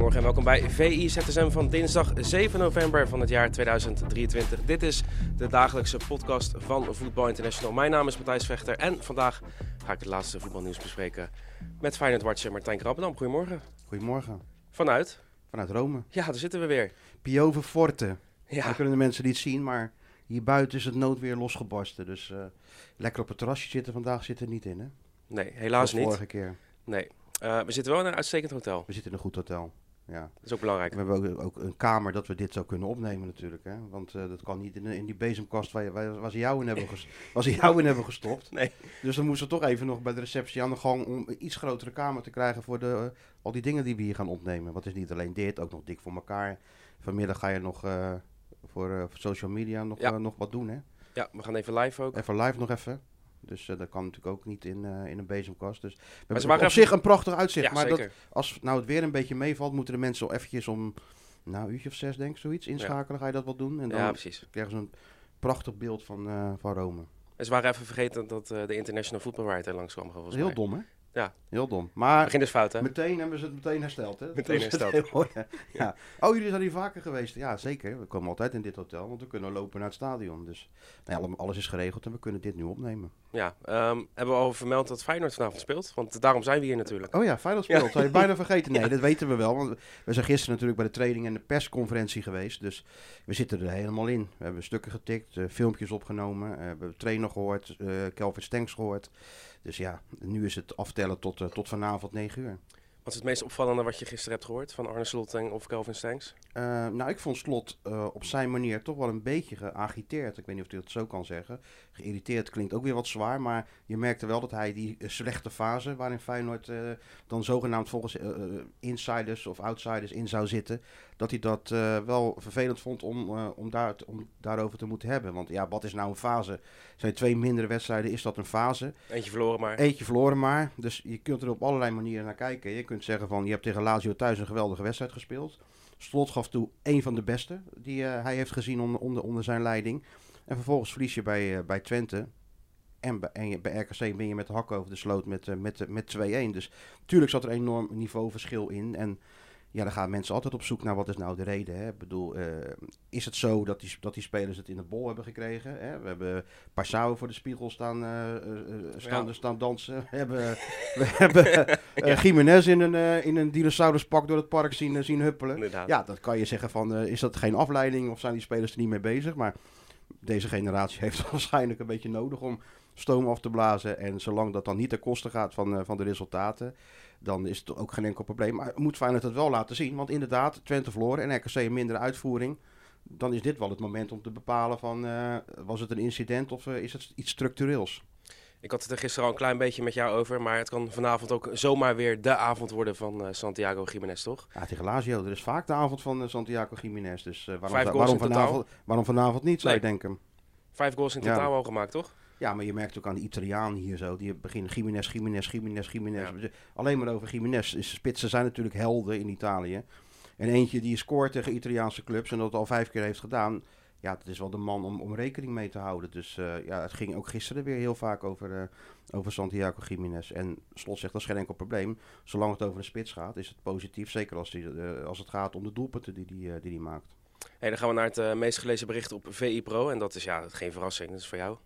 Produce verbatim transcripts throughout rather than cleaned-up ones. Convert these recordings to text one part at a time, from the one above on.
Goedemorgen en welkom bij V I Z S M van dinsdag zeven november van het jaar tweeduizend drieëntwintig. Dit is de dagelijkse podcast van Voetbal International. Mijn naam is Matthijs Vechter en vandaag ga ik het laatste voetbalnieuws bespreken met Feyenoord-watcher Martijn Krabbendam. Goedemorgen. Goedemorgen. Vanuit? Vanuit Rome. Ja, daar zitten we weer. Piove Forte. Ja. Dan kunnen de mensen niet zien, maar hier buiten is het noodweer losgebarsten. Dus uh, lekker op het terrasje zitten vandaag zit er niet in, hè? Nee, helaas niet. vorige keer. Nee. Uh, we zitten wel in een uitstekend hotel. We zitten in een goed hotel. Ja. Dat is ook belangrijk. We hebben ook, ook een kamer dat we dit zo kunnen opnemen natuurlijk. Hè? Want uh, dat kan niet in, in die bezemkast waar, waar, waar, ze jou in hebben ges, waar ze jou in hebben gestopt. Nee. Dus dan moesten we toch even nog bij de receptie aan de gang om een iets grotere kamer te krijgen voor de, uh, al die dingen die we hier gaan opnemen. Want het is niet alleen dit, ook nog dik voor elkaar. Vanmiddag ga je nog uh, voor, uh, voor social media nog, ja. uh, nog wat doen, hè? Ja, we gaan even live ook. Even live nog even. Dus uh, dat kan natuurlijk ook niet in, uh, in een bezemkast. Dus we maar hebben op even... zich een prachtig uitzicht. Ja, maar zeker. dat, als nou het weer een beetje meevalt, moeten de mensen al eventjes om nou, een uurtje of zes, denk ik, zoiets inschakelen. Ja. Ga je dat wel doen? En dan ja, precies. krijgen ze een prachtig beeld van, uh, van Rome. En ze waren even vergeten dat uh, de International Football Writer langs kwam. Volgens Heel mij. dom, hè? Ja. Heel dom. Maar begin dus fout, hè? Meteen hebben ze het meteen hersteld, hè? Meteen hersteld. Heel, ja. Ja. Oh, jullie zijn hier vaker geweest? Ja, zeker. We komen altijd in dit hotel, want we kunnen lopen naar het stadion. Dus nou ja, alles is geregeld en we kunnen dit nu opnemen. Ja, um, hebben we al vermeld dat Feyenoord vanavond speelt? Want daarom zijn we hier natuurlijk. Oh ja, Feyenoord speelt. Ja. Zou je bijna vergeten? Nee, ja. dat weten we wel. Want we zijn gisteren natuurlijk bij de training en de persconferentie geweest. Dus we zitten er helemaal in. We hebben stukken getikt, uh, filmpjes opgenomen. Uh, we hebben de trainer gehoord, uh, Kelvin Stenks gehoord. Dus ja, nu is het aftellen tot, uh, tot vanavond negen uur. Wat is het meest opvallende wat je gisteren hebt gehoord van Arne Slot of Kelvin Stenks? Uh, nou, ik vond Slot uh, op zijn manier toch wel een beetje geagiteerd. Ik weet niet of hij dat zo kan zeggen. Geïrriteerd klinkt ook weer wat zwaar, maar je merkte wel dat hij die uh, slechte fase waarin Feyenoord uh, dan zogenaamd volgens uh, insiders of outsiders in zou zitten, dat hij dat uh, wel vervelend vond om, uh, om, daar te, om daarover te moeten hebben. Want ja, wat is nou een fase? Zijn twee mindere wedstrijden, is dat een fase? Eentje verloren maar. Eentje verloren maar. Dus je kunt er op allerlei manieren naar kijken. Je kunt zeggen van, je hebt tegen Lazio thuis een geweldige wedstrijd gespeeld. Slot gaf toe een van de beste die uh, hij heeft gezien onder, onder, onder zijn leiding. En vervolgens verlies je bij, uh, bij Twente. En bij, en je, bij R K C ben je met de hakken over de sloot met, uh, met, uh, met twee-een. Dus natuurlijk zat er een enorm niveauverschil in. En ja, dan gaan mensen altijd op zoek naar wat is nou de reden. Hè? Ik bedoel, uh, is het zo dat die, dat die spelers het in de bol hebben gekregen? Hè? We hebben Passau voor de spiegel staan, uh, uh, staan, ja. staan dansen. We hebben, we hebben uh, ja. Jiménez in een, uh, in een dinosauruspak door het park zien, uh, zien huppelen. Inderdaad. Ja, dat kan je zeggen van, uh, is dat geen afleiding of zijn die spelers er niet mee bezig? Maar deze generatie heeft het waarschijnlijk een beetje nodig om stoom af te blazen. En zolang dat dan niet ten koste gaat van, uh, van de resultaten, dan is het ook geen enkel probleem. Maar moet Feyenoord het wel laten zien. Want inderdaad, Twente verloren en R K C een mindere uitvoering. Dan is dit wel het moment om te bepalen van, uh, was het een incident of uh, is het iets structureels? Ik had het er gisteren al een klein beetje met jou over. Maar het kan vanavond ook zomaar weer de avond worden van uh, Santiago Gimenez, toch? Ja, tegen Lazio. Er is vaak de avond van uh, Santiago Gimenez. Dus uh, waarom, Vijf waarom, goals vanavond, waarom vanavond niet, zou nee. je denken? Vijf goals in totaal ja. al gemaakt, toch? Ja, maar je merkt ook aan de Italianen hier zo. Die beginnen Gimenez, Gimenez, Gimenez, Gimenez. Ja. Alleen maar over Gimenez. De spitsen zijn natuurlijk helden in Italië. En eentje die scoort tegen Italiaanse clubs en dat al vijf keer heeft gedaan. Ja, dat is wel de man om, om rekening mee te houden. Dus uh, ja, het ging ook gisteren weer heel vaak over, uh, over Santiago Gimenez. En Slot zegt, dat is geen enkel probleem. Zolang het over een spits gaat, is het positief. Zeker als, die, uh, als het gaat om de doelpunten die hij die, uh, die die maakt. Hey, dan gaan we naar het uh, meest gelezen bericht op V I Pro. En dat is ja, geen verrassing, dat is voor jou.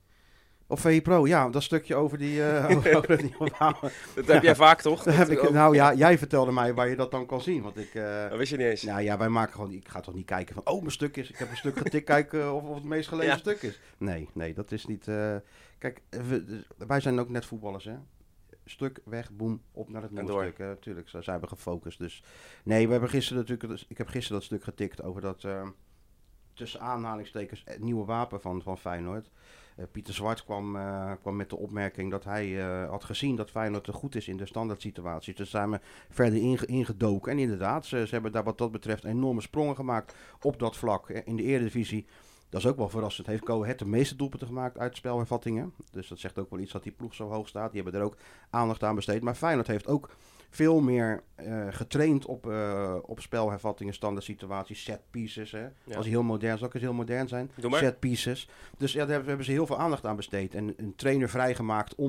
Op V I Pro, ja, dat stukje over die... Uh, over, over die dat heb jij vaak, toch? Dat heb ik, nou ja, jij vertelde mij waar je dat dan kan zien. Want ik, uh, dat wist je niet eens. Nou ja, wij maken gewoon... Ik ga toch niet kijken van, oh, mijn stuk is... Ik heb een stuk getikt, kijken of, of het meest gelezen ja. stuk is. Nee, nee, dat is niet... Uh, kijk, we, wij zijn ook net voetballers, hè. Stuk, weg, boem, op naar het nieuwe stuk. Uh, tuurlijk, zo zijn we gefocust. Dus nee, we hebben gisteren natuurlijk... Ik heb gisteren dat stuk getikt over dat... Uh, tussen aanhalingstekens het nieuwe wapen van, van Feyenoord. Uh, Pieter Zwart kwam, uh, kwam met de opmerking dat hij uh, had gezien dat Feyenoord te goed is in de standaard situaties. Dus zijn we verder inge- ingedoken. En inderdaad, ze, ze hebben daar wat dat betreft enorme sprongen gemaakt op dat vlak. In de Eredivisie, dat is ook wel verrassend, heeft Go Ahead de meeste doelpunten gemaakt uit spelhervattingen. Dus dat zegt ook wel iets dat die ploeg zo hoog staat. Die hebben er ook aandacht aan besteed. Maar Feyenoord heeft ook veel meer uh, getraind op, uh, op spelhervattingen, standaard situaties, set pieces. Hè. Ja. Als heel modern, zal ik eens heel modern zijn? Set pieces. Dus ja, daar hebben, hebben ze heel veel aandacht aan besteed. En een trainer vrijgemaakt om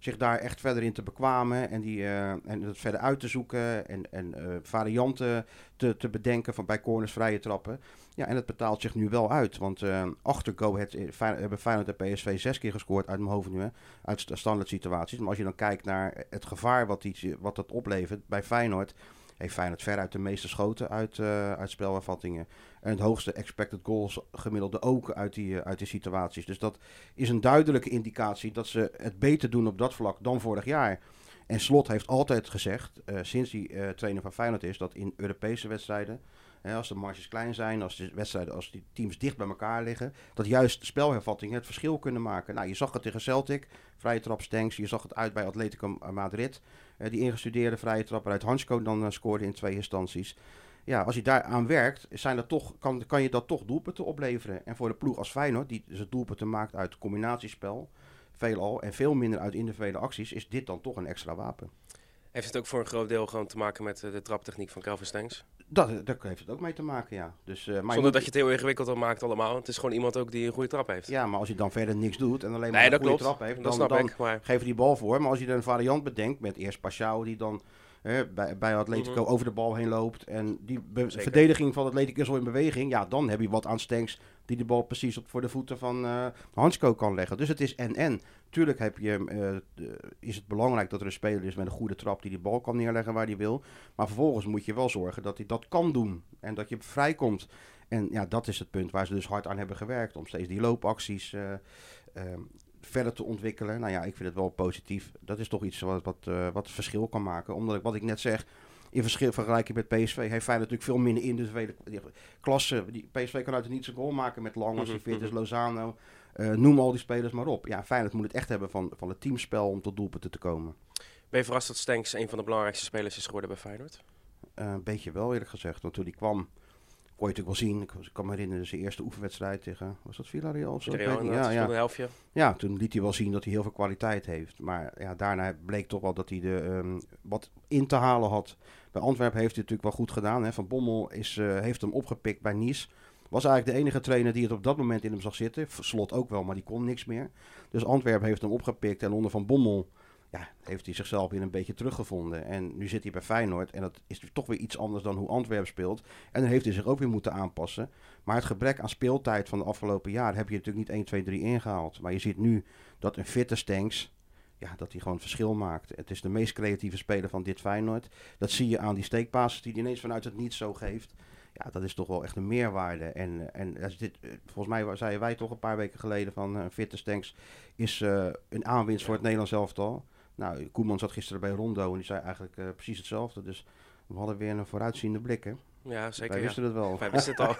zich daar echt verder in te bekwamen en, die, uh, en het verder uit te zoeken en, en uh, varianten te, te bedenken van bij corners, vrije trappen. Ja, en het betaalt zich nu wel uit, want uh, achter Go Ahead hebben Feyenoord en P S V zes keer gescoord uit mijn hoofd nu, hè, uit standaard situaties. Maar als je dan kijkt naar het gevaar wat, die, wat dat oplevert bij Feyenoord, heeft Feyenoord veruit de meeste schoten uit, uh, uit spelhervattingen. En het hoogste expected goals gemiddelde ook uit die, uh, uit die situaties. Dus dat is een duidelijke indicatie dat ze het beter doen op dat vlak dan vorig jaar. En Slot heeft altijd gezegd, uh, sinds hij uh, trainer van Feyenoord is, dat in Europese wedstrijden, hè, als de marges klein zijn, als de wedstrijden, als die teams dicht bij elkaar liggen, dat juist spelhervattingen het verschil kunnen maken. Nou, je zag het tegen Celtic, vrije trap Stenks, je zag het uit bij Atletico Madrid. Uh, die ingestudeerde vrije trap waaruit Hansko dan uh, scoorde in twee instanties. Ja, als je daar aan werkt, zijn er toch, kan, kan je dat toch doelpunten opleveren. En voor de ploeg als Feyenoord, die zijn doelpunten maakt uit combinatiespel, veelal, en veel minder uit individuele acties, is dit dan toch een extra wapen. Heeft het ook voor een groot deel gewoon te maken met uh, de traptechniek van Kelvin Stenks? Dat, daar heeft het ook mee te maken, ja. Dus, uh, maar Zonder je moet, dat je het heel ingewikkeld al maakt allemaal. Het is gewoon iemand ook die een goede trap heeft. Ja, maar als je dan verder niks doet en alleen maar nee, een goede klopt. trap heeft, dat dan, dan ik, maar... geef je die bal voor. Maar als je er een variant bedenkt met eerst Paschal die dan eh, bij, bij Atletico mm-hmm. over de bal heen loopt en die be- verdediging van Atletico is al in beweging, ja, dan heb je wat aan Stenks die de bal precies op voor de voeten van uh, Hansko kan leggen. Dus het is en-en. Tuurlijk heb je, uh, uh, is het belangrijk dat er een speler is met een goede trap die die bal kan neerleggen waar hij wil. Maar vervolgens moet je wel zorgen dat hij dat kan doen en dat je vrijkomt. En ja, dat is het punt waar ze dus hard aan hebben gewerkt om steeds die loopacties uh, uh, verder te ontwikkelen. Nou ja, ik vind het wel positief. Dat is toch iets wat, wat, uh, wat het verschil kan maken. Omdat ik, wat ik net zeg, in verschil vergelijking met P S V heeft Feyenoord natuurlijk veel minder individuele klasse. Die P S V kan uit het niets een goal maken met Lang als hij fit is, Lozano. Uh, noem al die spelers maar op. Ja, Feyenoord moet het echt hebben van, van het teamspel om tot doelpunten te komen. Ben je verrast dat Stenks een van de belangrijkste spelers is geworden bij Feyenoord? Uh, een beetje wel eerlijk gezegd. Want toen hij kwam, kon je natuurlijk wel zien. Ik, ik kan me herinneren zijn eerste oefenwedstrijd tegen, was dat Villarreal of zo? Villarreal, ja, ja. een helftje. Ja, toen liet hij wel zien dat hij heel veel kwaliteit heeft. Maar ja, daarna bleek toch wel dat hij de, um, wat in te halen had. Bij Antwerpen heeft hij het natuurlijk wel goed gedaan. Hè. Van Bommel is, uh, heeft hem opgepikt bij Nice. Was eigenlijk de enige trainer die het op dat moment in hem zag zitten. Slot ook wel, maar die kon niks meer. Dus Antwerpen heeft hem opgepikt en onder Van Bommel ja, heeft hij zichzelf weer een beetje teruggevonden. En nu zit hij bij Feyenoord en dat is toch weer iets anders dan hoe Antwerpen speelt. En dan heeft hij zich ook weer moeten aanpassen. Maar het gebrek aan speeltijd van de afgelopen jaar heb je natuurlijk niet één, twee, drie ingehaald. Maar je ziet nu dat een fitte Stenks, ja, dat hij gewoon verschil maakt. Het is de meest creatieve speler van dit Feyenoord. Dat zie je aan die steekpasses die hij ineens vanuit het niets zo geeft. Ja, dat is toch wel echt een meerwaarde. En, en dit, volgens mij zeiden wij toch een paar weken geleden van een uh, fitte Stenks is uh, een aanwinst voor het Nederlands elftal. Nou, Koeman zat gisteren bij Rondo en die zei eigenlijk uh, precies hetzelfde. Dus we hadden weer een vooruitziende blik, hè? Ja, zeker. Wij wisten ja. het wel. Wij wisten het al.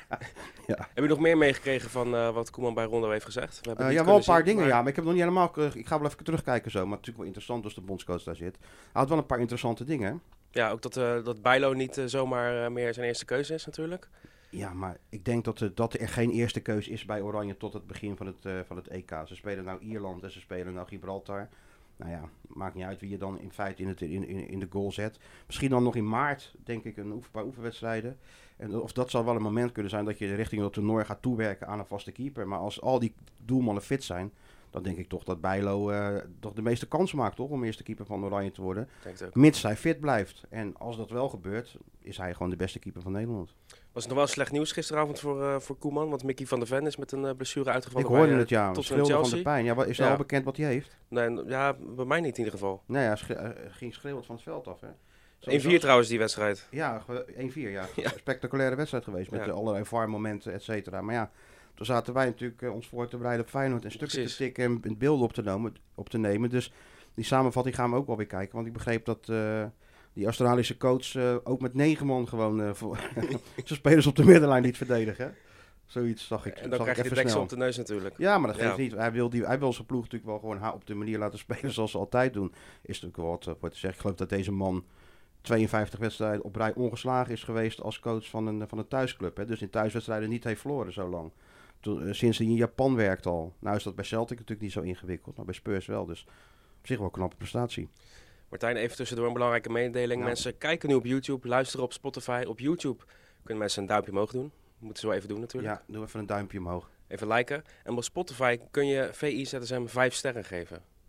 Ja. Heb je nog meer meegekregen van uh, wat Koeman bij Rondo heeft gezegd? We uh, ja, wel een paar zien, dingen, maar... ja. Maar ik heb nog niet helemaal... Uh, ik ga wel even terugkijken zo. Maar het is natuurlijk wel interessant als de bondscoach daar zit. Hij had wel een paar interessante dingen. Ja, ook dat, uh, dat Bijlo niet uh, zomaar uh, meer zijn eerste keuze is natuurlijk. Ja, maar ik denk dat, uh, dat er geen eerste keuze is bij Oranje tot het begin van het, uh, van het E K. Ze spelen nou Ierland en ze spelen nou Gibraltar. Nou ja, maakt niet uit wie je dan in feite in, het, in, in, in de goal zet. Misschien dan nog in maart, denk ik, een oefen, paar oefenwedstrijden. En of dat zal wel een moment kunnen zijn dat je richting het toernooi gaat toewerken aan een vaste keeper. Maar als al die doelmannen fit zijn, dan denk ik toch dat Bijlo uh, toch de meeste kans maakt, toch, om eerste keeper van Oranje te worden. Mits hij fit blijft. En als dat wel gebeurt, is hij gewoon de beste keeper van Nederland. Was het nog wel slecht nieuws gisteravond voor, uh, voor Koeman? Want Mickey van der Ven is met een uh, blessure uitgevallen. Ik hoorde bij, uh, het, ja. Tot schreeuwde van de pijn. Ja, is er ja. al bekend wat hij heeft? Nee, ja, bij mij niet in ieder geval. Nee, ja, schre- uh, ging schreeuwend van het veld af, hè. één vier trouwens, die wedstrijd. Ja, één vier, ja. ja. Spectaculaire wedstrijd geweest met ja. uh, allerlei V A R-momenten, et cetera. Maar ja, toen zaten wij natuurlijk uh, ons voor te bereiden op Feyenoord en stukken Precies. te tikken en beelden op te, nemen, op te nemen. Dus die samenvatting gaan we ook wel weer kijken. Want ik begreep dat uh, die Australische coach uh, ook met negen man gewoon uh, zijn spelers op de middenlijn liet verdedigen. Zoiets zag ik. En dan zag krijg ik je de deksel op de neus natuurlijk. Ja, maar dat geeft ja. niet. Hij wil, die, hij wil zijn ploeg natuurlijk wel gewoon op de manier laten spelen zoals ze altijd doen. Is natuurlijk wel wat voor te zeggen. Ik geloof dat deze man tweeënvijftig wedstrijden op rij ongeslagen is geweest als coach van een, van een thuisclub. Hè. Dus in thuiswedstrijden niet heeft verloren zo lang. Toen, uh, sinds hij in Japan werkt al. Nou is dat bij Celtic natuurlijk niet zo ingewikkeld, maar bij Spurs wel. Dus op zich wel een knappe prestatie. Martijn, even tussendoor een belangrijke mededeling. Ja. Mensen kijken nu op YouTube, luisteren op Spotify. Op YouTube kunnen mensen een duimpje omhoog doen. Moeten ze wel even doen natuurlijk. Ja, doe even een duimpje omhoog. Even liken. En op Spotify kun je V I Z S M vijf sterren geven.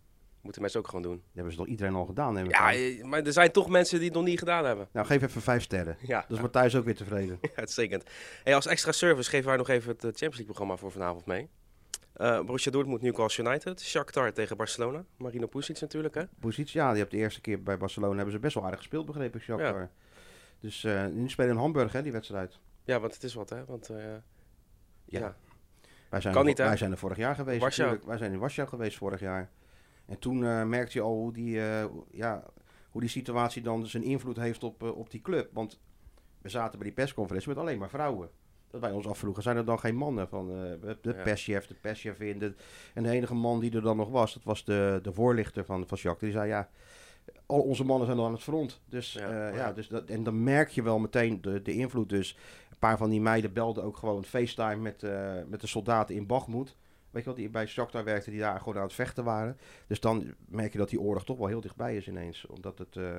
Moeten mensen ook gewoon doen. Dat hebben ze toch iedereen al gedaan? Neem ik Ja, aan. eh, maar er zijn toch mensen die het nog niet gedaan hebben. Nou, geef even vijf sterren. Ja, Dus Matthijs ook weer tevreden. uitstekend. Hey, als extra service geven wij nog even het Champions League programma voor vanavond mee. Uh, Borussia Dortmund, Newcastle United, Shakhtar tegen Barcelona. Marino Pusic natuurlijk, hè? Pusic, ja, die hebt de eerste keer bij Barcelona hebben ze best wel aardig gespeeld, begreep ik, Shakhtar. Ja. Dus uh, nu spelen in Hamburg, hè, die wedstrijd. Ja, want het is wat, hè? Want, uh, ja. ja. Wij zijn, kan er, niet, hè? wij zijn er vorig jaar geweest. Warschau. Wij zijn in Warschau geweest vorig jaar. En toen uh, merkte je al hoe die, uh, ja, hoe die situatie dan zijn invloed heeft op, uh, op die club. Want we zaten bij die persconferentie met alleen maar vrouwen. Dat wij ons afvroegen, zijn er dan geen mannen van uh, de ja. perschef, de perschefin. De, en de enige man die er dan nog was, dat was de, de voorlichter van, van Shakhtar. Die zei, ja, al onze mannen zijn al aan het front. Dus, ja, uh, ja. ja, dus dat, en dan merk je wel meteen de, de invloed. Dus een paar van die meiden belden ook gewoon FaceTime met, uh, met de soldaten in Bakhmut. Weet je wat, die bij Shakhtar werkten, die daar gewoon aan het vechten waren. Dus dan merk je dat die oorlog toch wel heel dichtbij is ineens. Omdat het... Uh,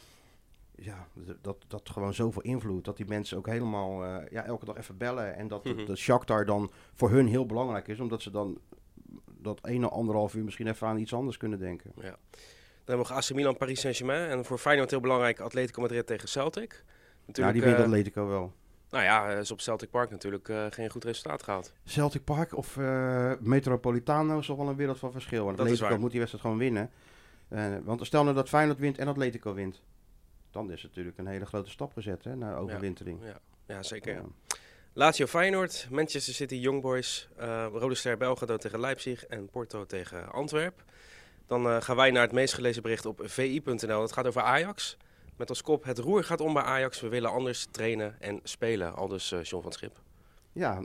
Ja, dat, dat gewoon zoveel invloed. Dat die mensen ook helemaal uh, ja, elke dag even bellen. En dat mm-hmm. de Shakhtar dan voor hun heel belangrijk is. Omdat ze dan dat ene, anderhalf uur misschien even aan iets anders kunnen denken. Ja. Dan hebben we A C Milan, Paris Saint-Germain. En voor Feyenoord heel belangrijk Atletico Madrid tegen Celtic. Natuurlijk, ja, die wint uh, Atletico wel. Nou ja, is op Celtic Park natuurlijk uh, geen goed resultaat gehaald. Celtic Park of uh, Metropolitano is toch wel een wereld van verschil. Want Atletico moet die wedstrijd gewoon winnen. Uh, want stel nou dat Feyenoord wint en Atletico wint. Dan is het natuurlijk een hele grote stap gezet, hè, naar overwintering. Ja, ja, ja zeker. Ja. Lazio Feyenoord, Manchester City Young Boys, uh, Rode Ster Belgrado tegen Leipzig en Porto tegen Antwerp. Dan uh, gaan wij naar het meest gelezen bericht op v i punt n l. Het gaat over Ajax. Met als kop, het roer gaat om bij Ajax. We willen anders trainen en spelen. Aldus uh, John van Schip. Ja,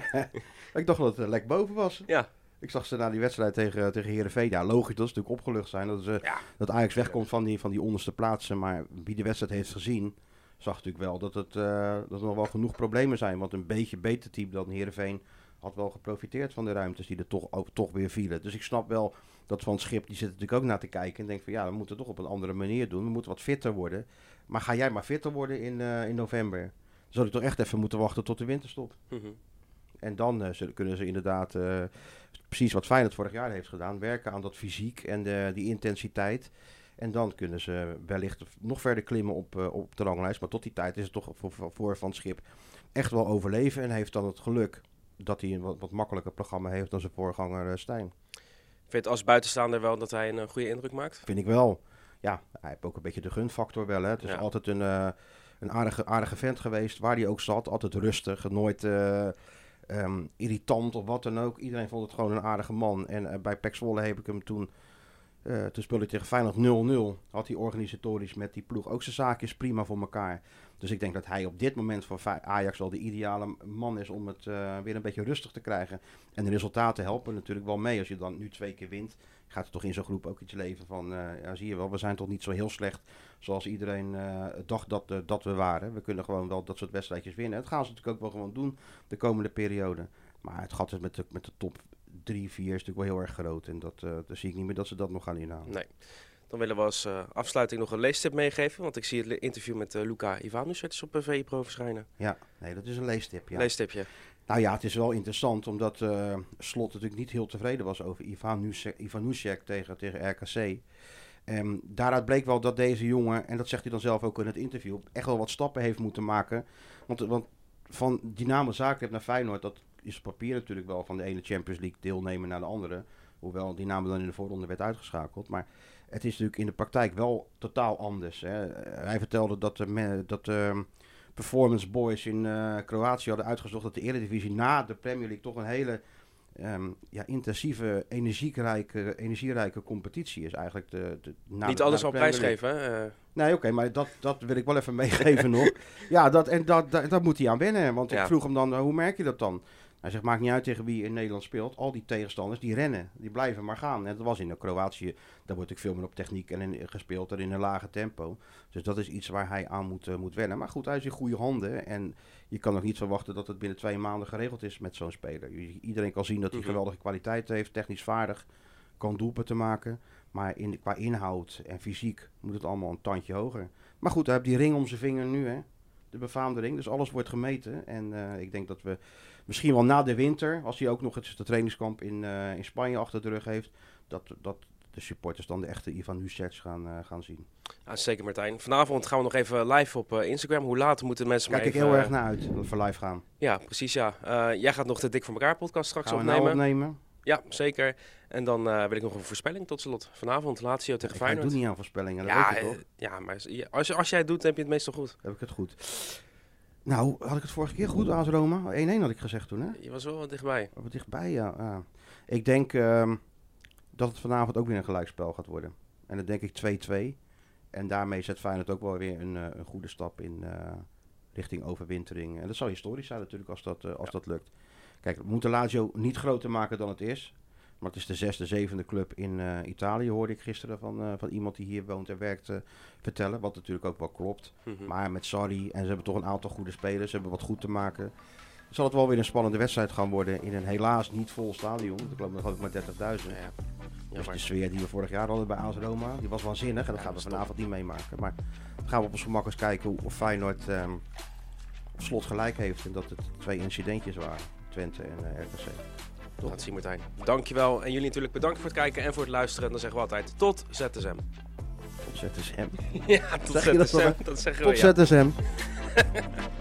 ik dacht dat het lek boven was. Ja. Ik zag ze na die wedstrijd tegen, tegen Heerenveen. Ja, logisch, dat ze natuurlijk opgelucht zijn. Dat, ze, ja. dat Ajax wegkomt van die, van die onderste plaatsen. Maar wie de wedstrijd heeft gezien, zag natuurlijk wel dat, het, uh, dat er nog wel genoeg problemen zijn. Want een beetje beter type dan Heerenveen had wel geprofiteerd van de ruimtes die er toch, ook, toch weer vielen. Dus ik snap wel dat Van Schip, die zit natuurlijk ook naar te kijken. En denkt van ja, we moeten het toch op een andere manier doen. We moeten wat fitter worden. Maar ga jij maar fitter worden in, uh, in november. Dan zou ik toch echt even moeten wachten tot de winterstop. Mm-hmm. En dan uh, zullen, kunnen ze inderdaad, uh, precies wat Feyenoord vorig jaar heeft gedaan, werken aan dat fysiek en de, die intensiteit. En dan kunnen ze wellicht nog verder klimmen op, uh, op de ranglijst. Maar tot die tijd is het toch voor, voor Van Schip echt wel overleven. En heeft dan het geluk dat hij een wat, wat makkelijker programma heeft dan zijn voorganger uh, Stijn. Vind je als buitenstaander wel dat hij een uh, goede indruk maakt? Vind ik wel. Ja, hij heeft ook een beetje de gunfactor wel. Hè. Het is ja. altijd een, uh, een aardige, aardige vent geweest, waar hij ook zat. Altijd rustig, nooit... Uh, Um, irritant of wat dan ook. Iedereen vond het gewoon een aardige man. En uh, bij P E C Zwolle heb ik hem toen... Uh, toen speelde hij tegen Feyenoord nul nul. Had hij organisatorisch met die ploeg ook zijn zaakjes prima voor elkaar. Dus ik denk dat hij op dit moment voor Ajax wel de ideale man is om het uh, weer een beetje rustig te krijgen. En de resultaten helpen natuurlijk wel mee. Als je dan nu twee keer wint, gaat er toch in zo'n groep ook iets leven van... Uh, ja, zie je wel, we zijn toch niet zo heel slecht zoals iedereen uh, dacht dat, uh, dat we waren. We kunnen gewoon wel dat soort wedstrijdjes winnen. Dat gaan ze natuurlijk ook wel gewoon doen de komende periode. Maar het gat is met de, met de top drie, vier is natuurlijk wel heel erg groot. En dat, uh, dan zie ik niet meer dat ze dat nog gaan inhalen. Nee. Dan willen we als uh, afsluiting nog een leestip meegeven. Want ik zie het interview met uh, Luka Ivanovic op uh, V I Pro verschijnen. Ja, nee, dat is een leestip. Ja. Leestipje. Nou ja, het is wel interessant omdat uh, Slot natuurlijk niet heel tevreden was over Ivanovic tegen, tegen R K C. Um, daaruit bleek wel dat deze jongen, en dat zegt hij dan zelf ook in het interview, echt wel wat stappen heeft moeten maken. Want, want van Dynamo Zagreb naar Feyenoord, dat is op papier natuurlijk wel van de ene Champions League deelnemer naar de andere. Hoewel Dynamo dan in de voorronde werd uitgeschakeld. Maar het is natuurlijk in de praktijk wel totaal anders. Hè. Hij vertelde dat de, dat de Performance Boys in uh, Kroatië hadden uitgezocht dat de Eredivisie na de Premier League toch een hele um, ja, intensieve, energierijke, energierijke competitie is eigenlijk. De, de, na Niet de, alles al prijsgeven, hè? Uh... Nee, oké, okay, maar dat, dat wil ik wel even meegeven nog. Ja, dat, en dat, dat, dat moet hij aan wennen. Want ja. ik vroeg hem dan, uh, hoe merk je dat dan? Hij zegt, maakt niet uit tegen wie in Nederland speelt. Al die tegenstanders, die rennen. Die blijven maar gaan. En dat was in Kroatië. Daar wordt ook veel meer op techniek en in, gespeeld. En in een lage tempo. Dus dat is iets waar hij aan moet, uh, moet wennen. Maar goed, hij is in goede handen. En je kan nog niet verwachten dat het binnen twee maanden geregeld is met zo'n speler. Iedereen kan zien dat hij mm-hmm. geweldige kwaliteit heeft. Technisch vaardig. Kan doelpunten maken. Maar in, qua inhoud en fysiek moet het allemaal een tandje hoger. Maar goed, hij heeft die ring om zijn vinger nu, hè. De befaamde ring. Dus alles wordt gemeten. En uh, ik denk dat we misschien wel na de winter, als hij ook nog het de trainingskamp in, uh, in Spanje achter de rug heeft, dat, dat, de supporters dan de echte Ivan Hušec gaan, uh, gaan zien. Ja, zeker Martijn. Vanavond gaan we nog even live op uh, Instagram. Hoe laat moeten mensen Kijk maar ik even... heel erg naar uit dat we live gaan. Ja, precies ja. Uh, jij gaat nog de Dik voor elkaar podcast straks gaan we opnemen. Nou opnemen. Ja, zeker. En dan uh, wil ik nog een voorspelling tot slot. Vanavond Lazio tegen ja, Feyenoord. Ik doe niet aan voorspellingen, dat ja, weet je toch? Uh, ja, maar als, als jij het doet, heb je het meestal goed. Heb ik het goed. Nou, had ik het vorige keer goed, A S Roma? één-één had ik gezegd toen, hè? Je was wel wat dichtbij. Wat dichtbij, ja. ja. Ik denk uh, dat het vanavond ook weer een gelijkspel gaat worden. En dan denk ik twee-twee. En daarmee zet Feyenoord ook wel weer een, uh, een goede stap in uh, richting overwintering. En dat zou historisch zijn natuurlijk als dat, uh, als ja. dat lukt. Kijk, we moeten Lazio niet groter maken dan het is. Maar het is de zesde, zevende club in uh, Italië, hoorde ik gisteren van, uh, van iemand die hier woont en werkt uh, vertellen. Wat natuurlijk ook wel klopt. Mm-hmm. Maar met Sarri, en ze hebben toch een aantal goede spelers, ze hebben wat goed te maken. Zal het wel weer een spannende wedstrijd gaan worden in een helaas niet vol stadion. Ik geloof nog maar dertigduizend. Ja, ja. Dus de sfeer die we vorig jaar hadden bij A S Roma, die was waanzinnig. En dat ja, gaan we vanavond top. niet meemaken. Maar dan gaan we op ons gemak eens kijken of Feyenoord um, op slot gelijk heeft. En dat het twee incidentjes waren, Twente en uh, R K C. We gaan het zien, Martijn. Dankjewel. En jullie natuurlijk bedankt voor het kijken en voor het luisteren. En dan zeggen we altijd tot Z S M. Tot Z S M? Ja, tot zeg Z S M. Dat, dat zeggen we, tot ja. Z S M.